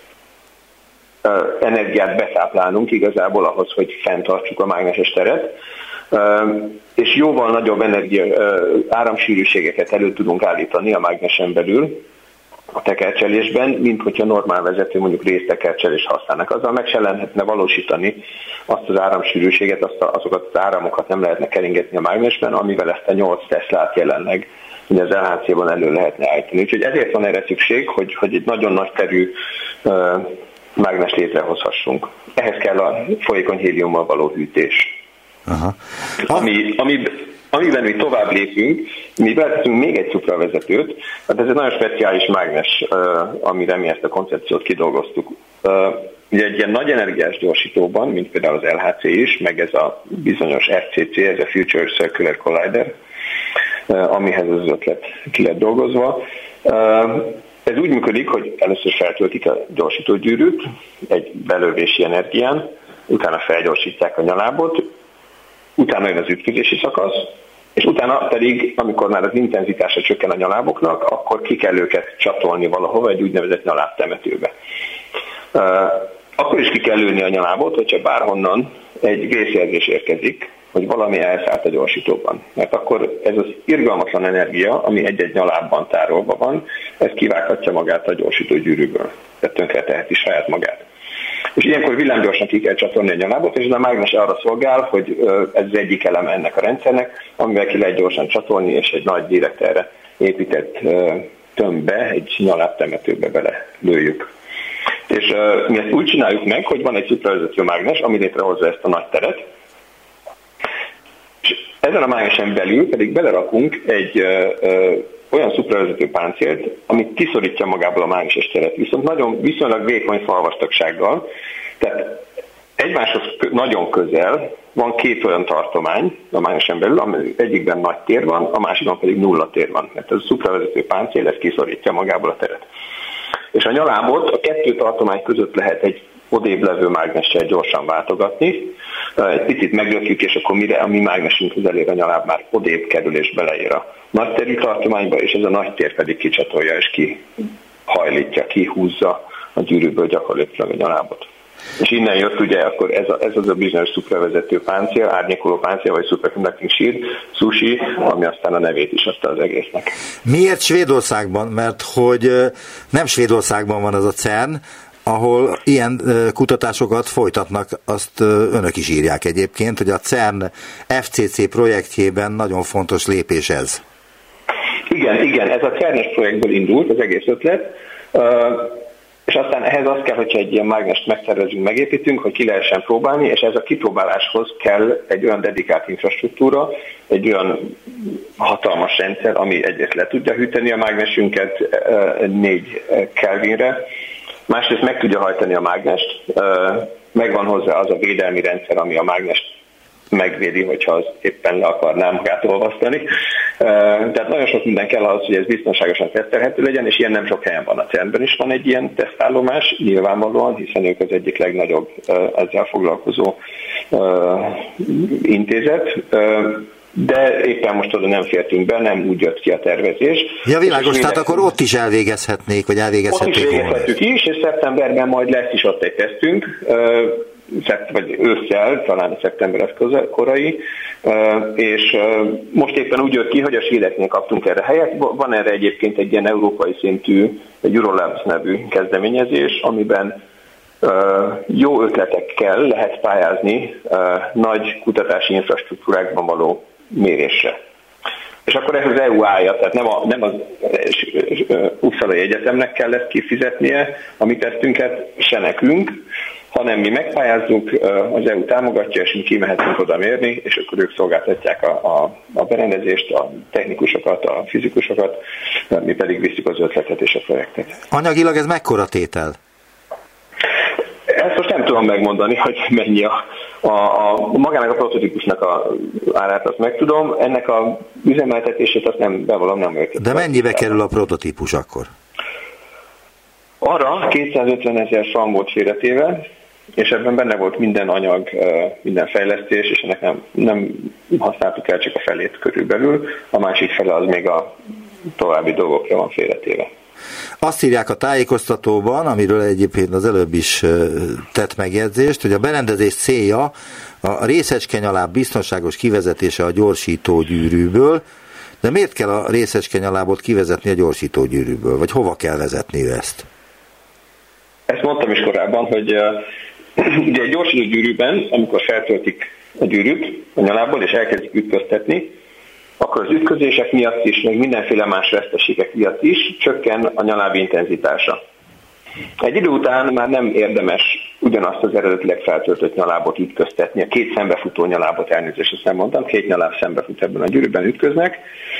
energiát betáplálnunk igazából ahhoz, hogy fenntartsuk a mágneses teret, és jóval nagyobb áramsűrűségeket elő tudunk állítani a mágnesen belül a tekercselésben, mint hogyha normál vezető mondjuk résztekercselést használnak. Azzal meg se lehetne valósítani azt az áramsűrűséget, azokat az áramokat nem lehetne keringetni a mágnesben, amivel ezt a 8 Teslát jelenleg ugye az LHC-ban elő lehetne állítani. Úgyhogy ezért van erre szükség, hogy egy nagyon nagy terű mágnes létrehozhassunk. Ehhez kell a folyékony héliummal való hűtés. Aha. Amiben mi tovább lépünk, mi beleteszünk még egy szupravezetőt, hát ez egy nagyon speciális mágnes, amire mi ezt a koncepciót kidolgoztuk. Ugye egy ilyen nagy energiás gyorsítóban, mint például az LHC is, meg ez a bizonyos FCC, ez a Future Circular Collider, amihez az ötlet ki lett dolgozva. Ez úgy működik, hogy először feltöltik a gyorsítógyűrűt egy belövési energián, utána felgyorsítják a nyalábot, utána jön az ütközési szakasz, és utána pedig, amikor már az intenzitása csökken a nyaláboknak, akkor ki kell őket csatolni valahova egy úgynevezett nyalábtemetőbe. Akkor is ki kell lőni a nyalábot, hogyha bárhonnan egy vészjelzés érkezik, hogy valami elszállt a gyorsítóban. Mert akkor ez az irgalmatlan energia, ami egy-egy nyalábban tárolva van, ez kivághatja magát a gyorsítógyűrűből. Tehát tönkre teheti saját magát. És ilyenkor villámgyorsan ki kell csatolni a nyalábot, és ez a mágnes arra szolgál, hogy ez az egyik eleme ennek a rendszernek, amivel ki lehet gyorsan csatolni, és egy nagy direkt erre épített tömbbe, egy nyalábtemetőbe bele lőjük. És mi ezt úgy csináljuk meg, hogy van egy szupravezető mágnes, ami létrehozza ezt a nagy teret, és ezen a mágnesen belül pedig belerakunk egy olyan szupravezető páncélt, amit kiszorítja magából a mágneses teret, viszont viszonylag vékony falvastagsággal, tehát egymáshoz nagyon közel van két olyan tartomány a mágnesen belül, ami egyikben nagy tér van, a másikban pedig nulla tér van, mert ez a szupravezető páncél, ez kiszorítja magából a teret. És a nyalábot a kettő tartomány között lehet egy odébb levő mágnessel gyorsan váltogatni. Egy picit meglökjük, és akkor mire a mi mágnesünkhez elér a nyaláb, már odébb kerül és beleér a nagy terű tartományba, és ez a nagy tér pedig kicsatolja és kihajlítja, kihúzza a gyűrűből gyakorlatilag a nyalábot. És innen jött ugye akkor ez az a bizonyos szupravezető páncél, árnyékoló páncél, vagy superconducting shield, SUSHI, ami aztán a nevét is adta az egésznek. Miért Svédországban? Mert hogy nem Svédországban van az a CERN, ahol ilyen kutatásokat folytatnak, azt önök is írják egyébként, hogy a CERN FCC projektjében nagyon fontos lépés ez. Igen, ez a CERN-es projektből indult az egész ötlet, és aztán ehhez az kell, hogyha egy ilyen mágnest megszervezünk, megépítünk, hogy ki lehessen próbálni, és ez a kipróbáláshoz kell egy olyan dedikált infrastruktúra, egy olyan hatalmas rendszer, ami egyrészt le tudja hűteni a mágnesünket 4 Kelvinre, másrészt meg tudja hajtani a mágnest, megvan hozzá az a védelmi rendszer, ami a mágnest megvédi, hogyha az éppen le akarná magát olvasztani. Tehát nagyon sok minden kell ahhoz, hogy ez biztonságosan tesztelhető legyen, és ilyen nem sok helyen van. A CERN-ben is van egy ilyen tesztállomás, nyilvánvalóan, hiszen ők az egyik legnagyobb ezzel foglalkozó intézet. De éppen most oda nem fértünk be, nem úgy jött ki a tervezés. Ja, világos, tehát akkor ott is elvégezhetnék, vagy elvégezhetnék. Ott is végezhetjük is, és szeptemberben majd lesz is ott egy tesztünk, vagy ősszel, talán szeptember az korai, és most éppen úgy jött ki, hogy a svédeknél kaptunk erre helyet. Van erre egyébként egy ilyen európai szintű, egy Eurolabs nevű kezdeményezés, amiben jó ötletekkel lehet pályázni nagy kutatási infrastruktúrákban való mérésre. És akkor ez az EU állja, tehát nem az Uppsalai Egyetemnek kell ezt kifizetnie a mi tesztünket, se nekünk, hanem mi megpályázzuk, az EU támogatja, és mi kimehetünk oda mérni, és akkor ők szolgáltatják a berendezést, a technikusokat, a fizikusokat, mi pedig visszük az ötletet és a projektet. Anyagilag ez mekkora tétel? Ezt most nem tudom megmondani, hogy mennyi magának a prototípusnak a árát, azt megtudom, ennek a üzemeltetését azt nem, bevallom, nem őket. De mennyibe kerül a prototípus akkor? Arra 250 000 frank volt félretéve, és ebben benne volt minden anyag, minden fejlesztés, és ennek nem használtuk el csak a felét körülbelül, a másik fele az még a további dolgokra van félretéve. Azt írják a tájékoztatóban, amiről egyébként az előbb is tett megjegyzést, hogy a berendezés célja a részecskenyaláb biztonságos kivezetése a gyorsítógyűrűből, de miért kell a részecskenyalábot kivezetni a gyorsítógyűrűből, vagy hova kell vezetni ezt? Ezt mondtam is korábban, hogy ugye egy gyorsítógyűrűben, amikor feltöltik a gyűrűt a nyalábból és elkezdik ütköztetni, akkor az ütközések miatt is, meg mindenféle más veszteségek miatt is csökken a nyaláb intenzitása. Egy idő után már nem érdemes ugyanazt az eredetileg feltöltött nyalábot ütköztetni, a két szembefutó nyalábot, elnézést, ezt nem mondtam, két nyaláb szembefut ebben a gyűrűben, ütköznek.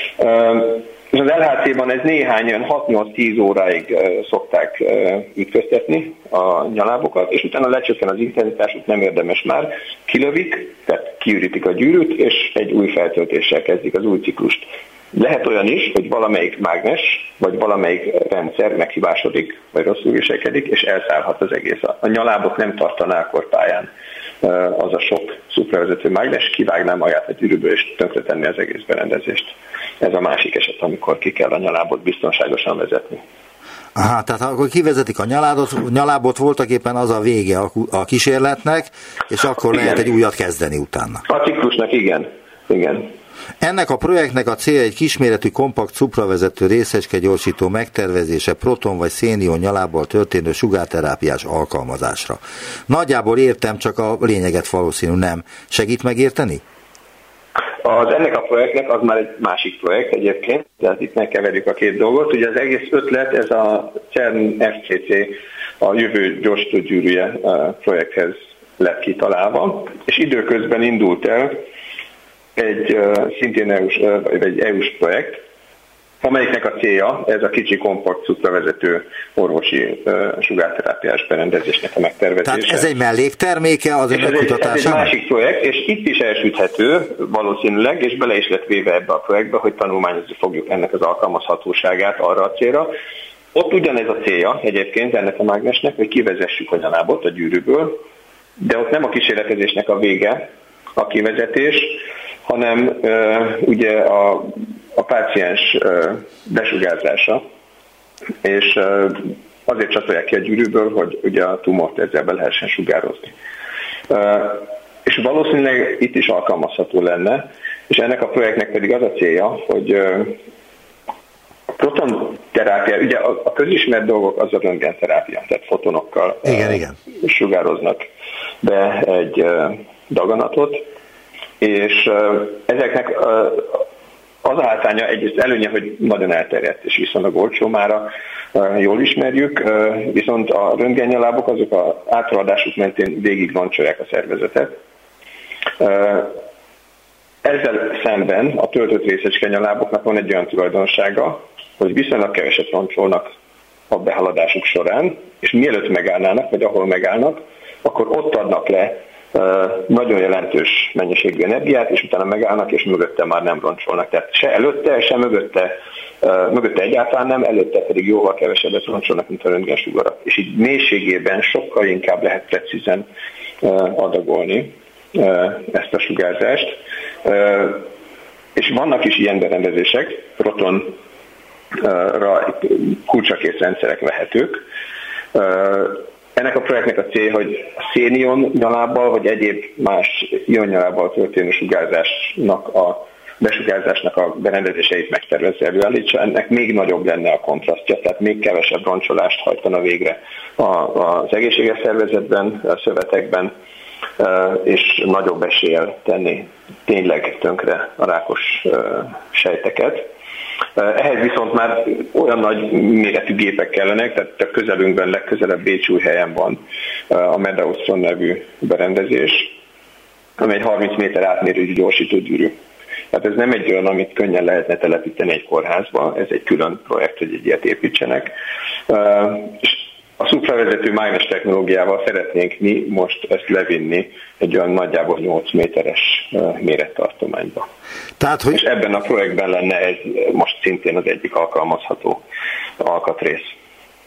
És az LHC-ban ez néhány 6-8-10 óráig szokták ütköztetni a nyalábokat, és utána lecsökken az intenzitás, nem érdemes már, kilövik, tehát kiürítik a gyűrűt, és egy új feltöltéssel kezdik az új ciklust. Lehet olyan is, hogy valamelyik mágnes, vagy valamelyik rendszer meghibásodik, vagy rosszul viselkedik, és elszállhat az egész. A nyalábot nem tartaná akkor pályán az a sok szupravezető mágnes, kivágná magát a gyűrűből, és tönkretenni az egész berendezést. Ez a másik eset, amikor ki kell a nyalábot biztonságosan vezetni. Aha, tehát akkor kivezetik a nyalábot, voltak éppen az a vége a kísérletnek, és akkor igen, lehet egy újat kezdeni utána. A ciklusnak igen. Ennek a projektnek a célja egy kisméretű kompakt szupravezető részecskegyorsító megtervezése proton vagy szénion nyalábból történő sugárterápiás alkalmazásra. Nagyjából értem, csak a lényeget valószínű nem. Segít megérteni? Ennek a projektnek az már egy másik projekt egyébként, tehát itt megkeverjük a két dolgot. Ugye az egész ötlet, ez a CERN FCC, a jövő gyorsítógyűrűje projekthez lett kitalálva, és időközben indult el egy szintén EU-s projekt, amelyiknek a célja ez a kicsi kompakt szupravezető orvosi sugárterápiás berendezésnek a megtervezése. Tehát ez egy mellékterméke az önök kutatásának? Ez egy másik projekt, és itt is elsüthető valószínűleg, és bele is lett véve ebbe a projektbe, hogy tanulmányozni fogjuk ennek az alkalmazhatóságát arra a célra. Ott ugyanez a célja egyébként ennek a mágnesnek, hogy kivezessük a nyalábot a gyűrűből, de ott nem a kísérletezésnek a vége, a kivezetés, hanem ugye a páciens besugárzása, és azért csatolják ki a gyűrűből, hogy ugye a tumort ezzel be lehessen sugározni. És valószínűleg itt is alkalmazható lenne, és ennek a projektnek pedig az a célja, hogy a protonterápia, ugye a közismert dolgok az a röntgenterápia, tehát fotonokkal igen. Sugároznak be egy daganatot, és ezeknek az a hátránya, egyrészt előnye, hogy nagyon elterjedt, és viszonylag olcsó mára, jól ismerjük, viszont a röntgennyalábok azok az áthaladásuk mentén végig roncsolják a szervezetet. Ezzel szemben a töltött részecskenyaláboknak van egy olyan tulajdonsága, hogy viszonylag keveset roncsolnak a behaladásuk során, és mielőtt megállnának, vagy ahol megállnak, akkor ott adnak le nagyon jelentős mennyiségű energiát, és utána megállnak, és mögötte már nem roncsolnak. Tehát se előtte, se mögötte egyáltalán nem, előtte pedig jóval kevesebbet roncsolnak, mint a röntgensugarak. És így mélységében sokkal inkább lehet precízen adagolni ezt a sugárzást. És vannak is ilyen berendezések, protonra kulcsakész rendszerek vehetők. Ennek a projektnek a cél, hogy a szénion nyalábbal, vagy egyéb más ionnyalábbal történő sugárzásnak a besugárzásnak a berendezéseit megtervezze, előállítsa. Ennek még nagyobb lenne a kontrasztja, tehát még kevesebb roncsolást hajtana végre az egészséges szervezetben, a szövetekben, és nagyobb eséllyel tenni tényleg tönkre a rákos sejteket. Ehhez viszont már olyan nagy méretű gépek kellenek, tehát a közelünkben, legközelebb Bécsújhelyen van a Medaustron nevű berendezés, amely egy 30 méter átmérőjű gyorsítógyűrű. Tehát ez nem egy olyan, amit könnyen lehetne telepíteni egy kórházba, ez egy külön projekt, hogy egy ilyet építsenek. És a szupravezető mágnes technológiával szeretnénk mi most ezt levinni egy olyan nagyjából 8 méteres mérettartományba. És ebben a projektben lenne ez most szintén az egyik alkalmazható alkatrész.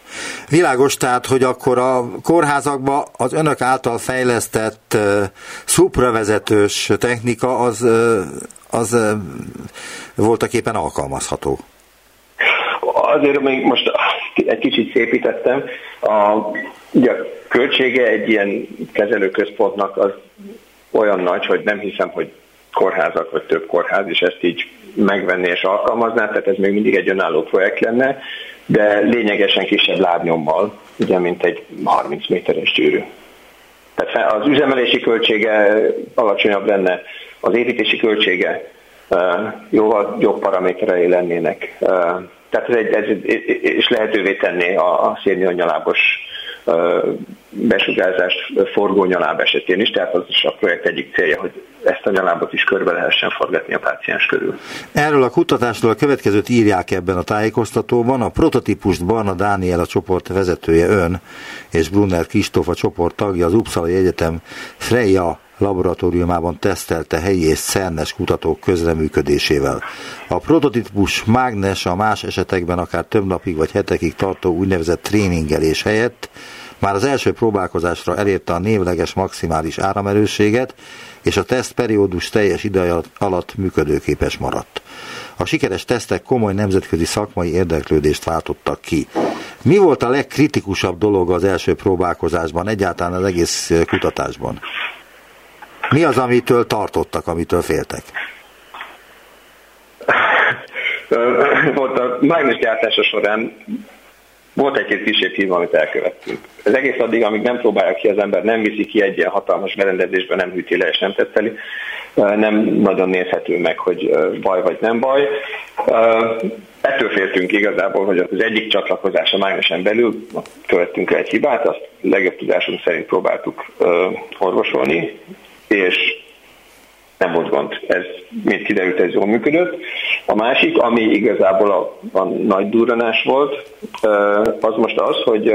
Világos, tehát, hogy akkor a kórházakban az önök által fejlesztett szupravezetős technika az voltaképpen alkalmazható. Azért még most egy kicsit szépítettem. Ugye a költsége egy ilyen kezelőközpontnak az olyan nagy, hogy nem hiszem, hogy kórházak vagy több kórház is ezt így megvenni és alkalmazná, tehát ez még mindig egy önálló projekt lenne, de lényegesen kisebb lábnyommal, ugye, mint egy 30 méteres gyűrű. Tehát az üzemelési költsége alacsonyabb lenne, az építési költsége jóval jobb paraméterei lennének. Tehát ez és lehetővé tenné a szénnyomnyalábos besugárzást forgónyaláb esetén is, tehát az is a projekt egyik célja, hogy ezt a nyalábot is körbe lehessen forgatni a páciens körül. Erről a kutatásról a következőt írják ebben a tájékoztatóban. A prototípust Barna Dániel, a csoport vezetője, ön és Brunner Kristóf, a csoport tagja, az Uppsalai Egyetem Freya laboratóriumában tesztelte helyi és CERN-es kutatók közreműködésével. A prototípus mágnes a más esetekben akár több napig vagy hetekig tartó úgynevezett tréningelés helyett már az első próbálkozásra elérte a névleges maximális áramerősséget, és a tesztperiódus teljes ideje alatt működőképes maradt. A sikeres tesztek komoly nemzetközi szakmai érdeklődést váltottak ki. Mi volt a legkritikusabb dolog az első próbálkozásban, egyáltalán az egész kutatásban? Mi az, amitől tartottak, amitől féltek? Volt a mágnes gyártása során volt egy-két kísérlet hív, amit elkövettünk. Ez egész addig, amíg nem próbálja ki az ember, nem viszi ki egy ilyen hatalmas berendezésben, nem hűti le és nem teszteli, nem nagyon nézhető meg, hogy baj vagy nem baj. Ettől féltünk igazából, hogy az egyik csatlakozás a mágnesen belül követtünk egy hibát, azt legjobb tudásunk szerint próbáltuk orvosolni, és nem volt gond. Ez, mint kiderült, ez jól működött. A másik, ami igazából a nagy durranás volt, az most az, hogy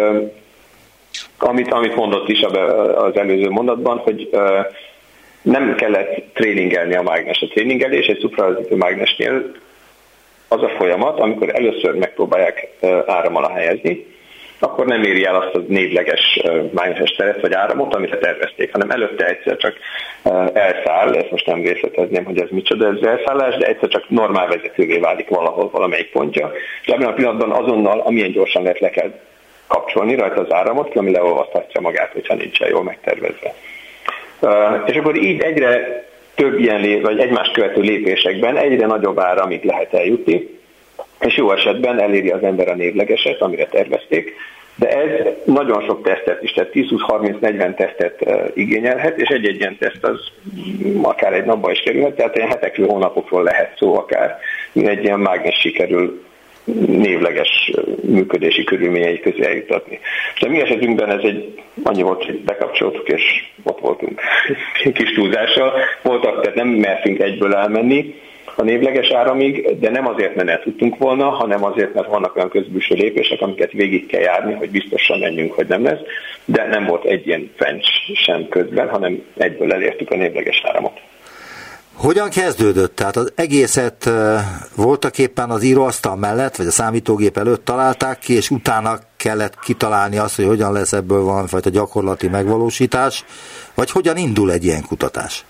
amit mondott is az előző mondatban, hogy nem kellett tréningelni a mágnes. A tréningelés egy szupravezető mágnesnél az a folyamat, amikor először megpróbálják áram alá helyezni, akkor nem éri el azt a névleges mágneses teret vagy áramot, amit tervezték, hanem előtte egyszer csak elszáll, ezt most nem részletezném, hogy ez micsoda ez elszállás, de egyszer csak normál vezetővé válik valahol valamelyik pontja, és ebben a pillanatban azonnal, amilyen gyorsan lehet, le kell kapcsolni rajta az áramot, ami leolvaszthatja magát, hogyha nincsen jól megtervezve. És akkor így egyre több ilyen vagy egymást követő lépésekben egyre nagyobb áramig lehet eljutni, és jó esetben eléri az ember a névlegeset, amire tervezték, de ez nagyon sok tesztet is, tehát 10-20-30-40 tesztet igényelhet, és egy-egy ilyen teszt az akár egy napba is kerülhet, tehát ilyen hetekről, hónapokról lehet szó akár, mint egy ilyen mágnes sikerül névleges működési körülményei közé eljutatni. És a mi esetünkben ez annyi volt, hogy bekapcsoltuk, és ott voltunk kis túlzással. Voltak, tehát nem mertünk egyből elmenni a névleges áramig, de nem azért, mert el tudtunk volna, hanem azért, mert vannak olyan közbülső lépések, amiket végig kell járni, hogy biztosan menjünk, hogy nem lesz, de nem volt egy ilyen fencs sem közben, hanem egyből elértük a névleges áramot. Hogyan kezdődött? Tehát az egészet voltaképpen az íróasztal mellett, vagy a számítógép előtt találták ki, és utána kellett kitalálni azt, hogy hogyan lesz ebből valamifajta gyakorlati megvalósítás, vagy hogyan indul egy ilyen kutatás?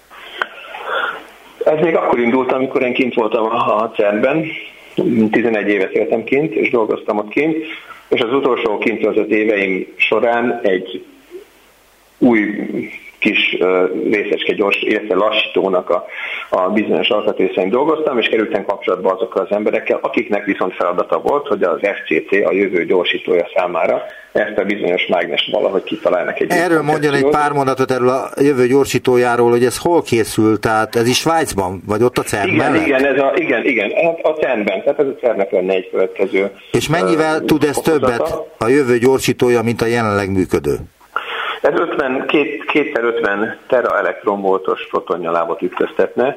Ez még akkor indult, amikor én kint voltam a CERN-ben, 11 évet éltem kint, és dolgoztam ott kint, és az utolsó kintöltött éveim során egy új kis részecske gyors, illetve lassítónak a bizonyos alkatrészein dolgoztam, és kerültem kapcsolatba azokkal az emberekkel, akiknek viszont feladata volt, hogy az FCC, a jövő gyorsítója számára ezt a bizonyos mágnest valahogy kitalálnak egy. Erről mondjon egy pár mondatot erről a jövő gyorsítójáról, hogy ez hol készült, tehát ez is Svájcban, vagy ott a CERN-ben? Igen, a CERN-ben, tehát ez a CERN-nek lenne egy következő. És mennyivel tud ez többet a jövő gyorsítója, mint a jelenleg működő? Ez 2x50 teraelektronvoltos protonnyalábot ütköztetne,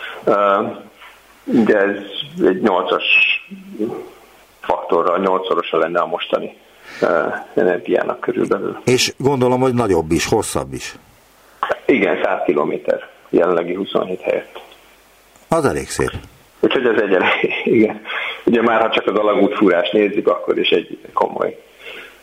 de ez egy 8-as faktorral, 8-szorosa lenne a mostani energiának körülbelül. És gondolom, hogy nagyobb is, hosszabb is. Igen, 100 kilométer, jelenlegi 27 helyett. Az elég szép. Úgyhogy ez igen. Ugye már ha csak az alagútfúrást nézzük, akkor is egy komoly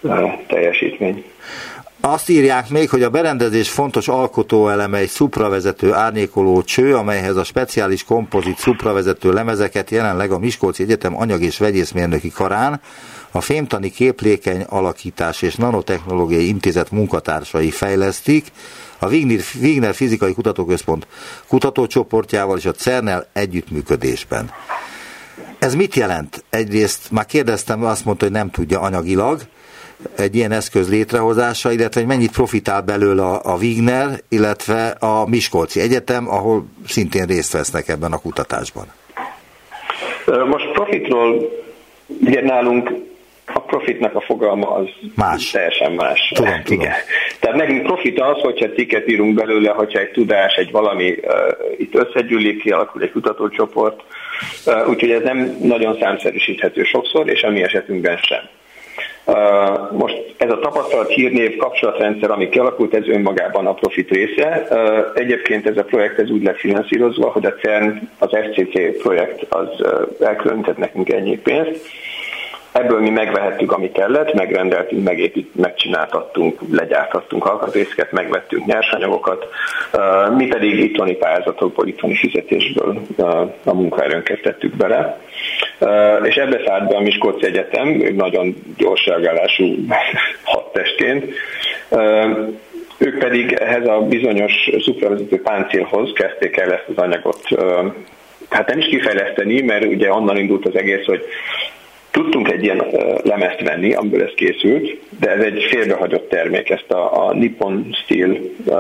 teljesítmény. Azt írják még, hogy a berendezés fontos alkotóeleme egy szupravezető árnyékoló cső, amelyhez a speciális kompozit szupravezető lemezeket jelenleg a Miskolci Egyetem Anyag- és Vegyészmérnöki Karán a Fémtani Képlékeny Alakítás és Nanotechnológiai Intézet munkatársai fejlesztik, a Wigner Fizikai Kutatóközpont kutatócsoportjával és a CERN-nel együttműködésben. Ez mit jelent? Egyrészt már kérdeztem, azt mondta, hogy nem tudja anyagilag egy ilyen eszköz létrehozása, illetve hogy mennyit profitál belőle a Wigner, illetve a Miskolci Egyetem, ahol szintén részt vesznek ebben a kutatásban. Most profitról, ugye nálunk a profitnak a fogalma az más. Teljesen más. Tudom. Igen. Tehát nekünk profit az, hogyha cikket írunk belőle, hogyha egy tudás, egy valami itt összegyűlik, kialakul egy kutatócsoport, úgyhogy ez nem nagyon számszerűsíthető sokszor, és a mi esetünkben sem. Most ez a tapasztalat, hírnév, kapcsolatrendszer, ami kialakult, ez önmagában a profit része. Egyébként ez a projekt ez úgy lett finanszírozva, hogy a CERN, az FCC projekt az elkülönített nekünk ennyi pénzt. Ebből mi megvehettük, ami kellett, megrendeltünk, megcsináltattunk, legyártattunk alkatrészeket, megvettünk nyersanyagokat, mi pedig itthoni pályázatokból, itthoni fizetésből a munkaerőnket tettük bele. És ebbe szállt be a Miskolci Egyetem, nagyon gyors reagálású hadtestként. Ők pedig ehhez a bizonyos szupravezető páncélhoz kezdték el ezt az anyagot, hát nem is kifejleszteni, mert ugye onnan indult az egész, hogy tudtunk egy ilyen lemezt venni, amiből ez készült, de ez egy félbehagyott termék, ezt a Nippon Steel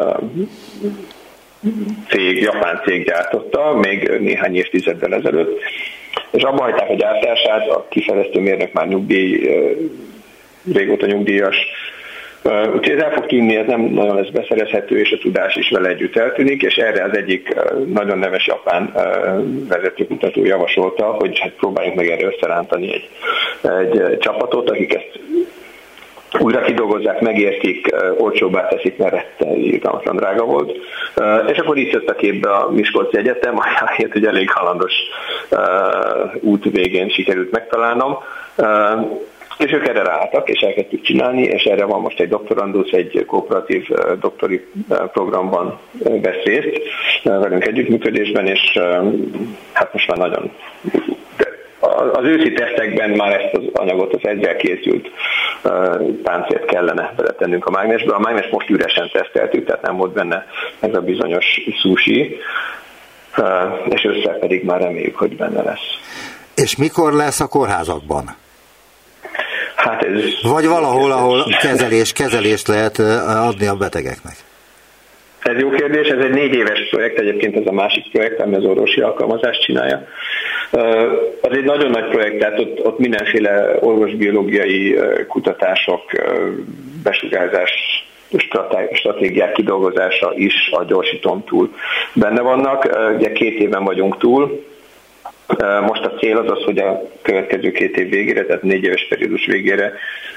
cég, japán cég gyártotta, még néhány évtizeddel ezelőtt, és abba hagyták a gyártását, a kifejlesztő mérnök már régóta nyugdíjas, úgyhogy ez el fog tűnni, ez nem nagyon lesz beszerezhető, és a tudás is vele együtt eltűnik, és erre az egyik nagyon neves japán vezetőkutató javasolta, hogy hát próbáljunk meg erre összerántani egy csapatot, akik ezt újra kidolgozzák, megértik, olcsóbbá teszik, mert irgalmatlan drága volt. És akkor így jött a képbe a Miskolci Egyetem, ahelyett, hogy elég halandos út végén sikerült megtalálnom. És ők erre ráálltak, és elkezdtük csinálni, és erre van most egy doktorandusz, egy kooperatív doktori programban vesz részt velünk együttműködésben, és hát most már nagyon... Az őszi tesztekben már ezt az anyagot, az ezzel készült páncélt kellene beletennünk a mágnesbe. A mágnes most üresen teszteltük, tehát nem volt benne ez a bizonyos sushi, és össze pedig már reméljük, hogy benne lesz. És mikor lesz a kórházakban? Hát ez... Vagy valahol, ahol kezelést lehet adni a betegeknek? Ez jó kérdés, ez egy 4 éves projekt, egyébként ez a másik projekt, ami az orvosi alkalmazást csinálja. Az egy nagyon nagy projekt, tehát ott mindenféle orvosbiológiai kutatások, besugárzás, stratégiák kidolgozása is a gyorsítón túl benne vannak. Ugye 2 éven vagyunk túl. Most a cél az, hogy a következő 2 év végére, tehát 4 éves periódus végére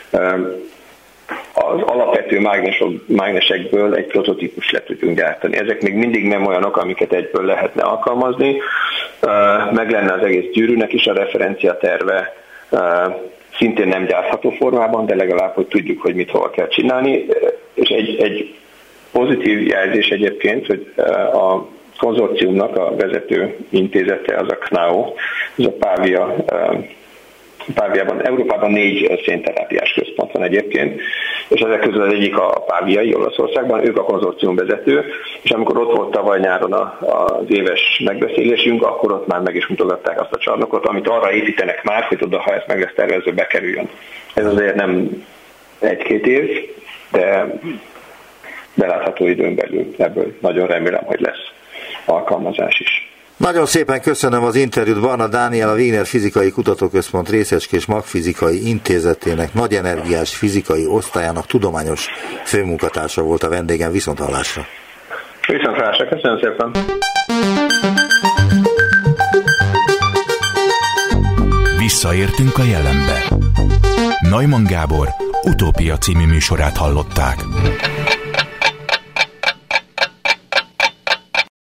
az alapvető mágnesekből egy prototípust le tudjunk gyártani. Ezek még mindig nem olyanok, amiket egyből lehetne alkalmazni. Meg lenne az egész gyűrűnek is a referencia terve, szintén nem gyártható formában, de legalább, hogy tudjuk, hogy mit hova kell csinálni. És egy pozitív jelzés egyébként, hogy a konzorciumnak a vezető intézete az a KNAO, ez a Páviában, Európában 4 szénterápiás központ van egyébként, és ezek közül az egyik a páviai Olaszországban, ők a konzorcium vezető, és amikor ott volt tavaly nyáron az éves megbeszélésünk, akkor ott már meg is mutogatták azt a csarnokot, amit arra építenek már, hogy oda, ha ezt meg lesz tervezve, bekerüljön. Ez azért nem 1-2 év, de belátható időn belül ebből nagyon remélem, hogy lesz alkalmazás is. Nagyon szépen köszönöm az interjút. Barna Dániel, a Wigner Fizikai Kutatóközpont Részecskés Magfizikai Intézetének nagy energiás fizikai osztályának tudományos főmunkatársa volt a vendégem. Viszonthallásra. Viszonthallásra, köszönöm szépen. Visszaértünk a jelenbe. Neumann Gábor Utópia című műsorát hallották.